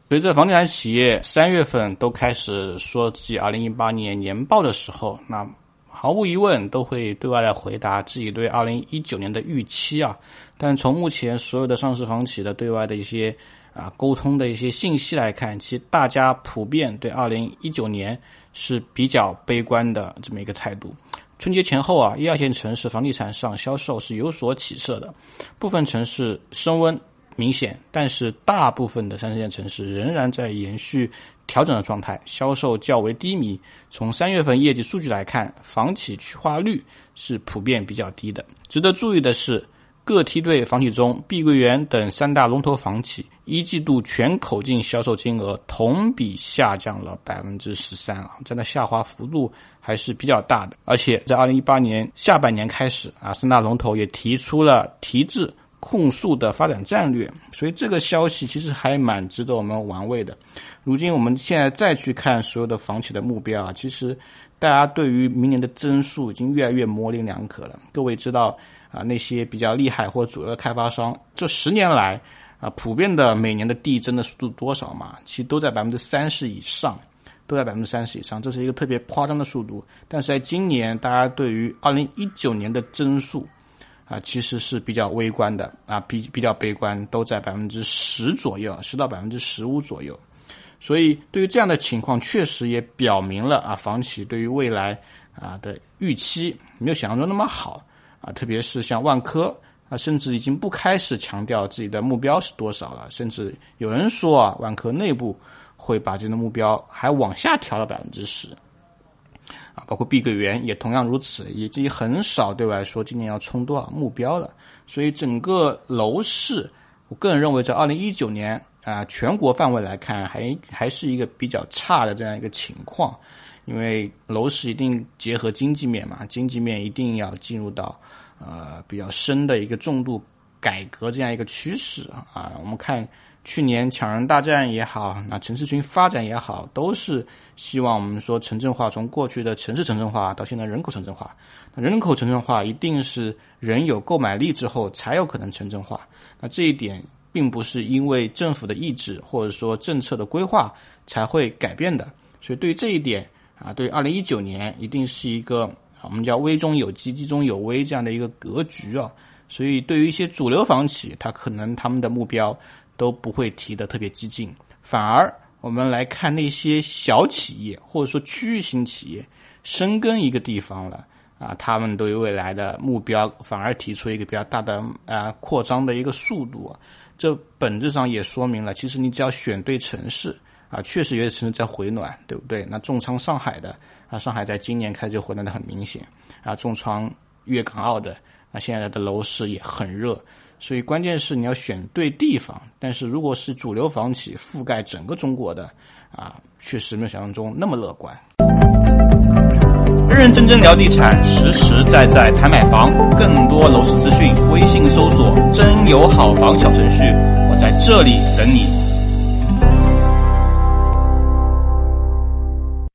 随着房地产企业3月份都开始说自己2018年年报的时候，那毫无疑问都会对外来回答自己对2019年的预期啊。但从目前所有的上市房企的对外的一些沟通的一些信息来看，其实大家普遍对2019年是比较悲观的这么一个态度。春节前后1、2线城市房地产市场销售是有所起色的，部分城市升温明显，但是大部分的3、4线城市仍然在延续调整的状态，销售较为低迷。从3月份业绩数据来看，房企去化率是普遍比较低的。值得注意的是，各梯队房企中，碧桂园等3大龙头房企一季度全口径销售金额同比下降了 13%这样的下滑幅度还是比较大的。而且在2018年下半年开始3大龙头也提出了提质控诉的发展战略，所以这个消息其实还蛮值得我们玩味的。如今我们现在再去看所有的房企的目标其实大家对于明年的增速已经越来越模棱两可了。各位知道那些比较厉害或主要的开发商这10年来普遍的每年的递增的速度多少嘛？其实都在 30% 以上，这是一个特别夸张的速度。但是在今年大家对于2019年的增速其实是比较微观的比较悲观，都在 10% 左右，10到 15% 左右。所以对于这样的情况，确实也表明了房企对于未来的预期没有想象中那么好特别是像万科甚至已经不开始强调自己的目标是多少了，甚至有人说万科内部会把这个目标还往下调了 10%。包括碧桂园也同样如此，已经很少对外说今年要冲多少目标了。所以整个楼市，我个人认为在2019年全国范围来看还是一个比较差的这样一个情况。因为楼市一定结合经济面嘛，经济面一定要进入到比较深的一个重度改革这样一个趋势我们看去年抢人大战也好，城市群发展也好，都是希望我们说城镇化从过去的城市城镇化到现在人口城镇化。那人口城镇化一定是人有购买力之后才有可能城镇化。那这一点并不是因为政府的意志或者说政策的规划才会改变的。所以对于这一点对于2019年一定是一个我们叫危中有机机中有危这样的一个格局所以对于一些主流房企，可能他们的目标都不会提得特别激进，反而我们来看那些小企业或者说区域性企业深耕一个地方了他们对于未来的目标反而提出一个比较大的扩张的一个速度这本质上也说明了，其实你只要选对城市确实有些城市在回暖，对不对？那重仓上海的上海在今年开始就回暖的很明显重仓粤港澳的现在的楼市也很热。所以关键是你要选对地方，但是如果是主流房企覆盖整个中国的确实没有想象中那么乐观。认认真真聊地产，实实在在谈买房。更多楼市资讯，微信搜索真有好房小程序，我在这里等你。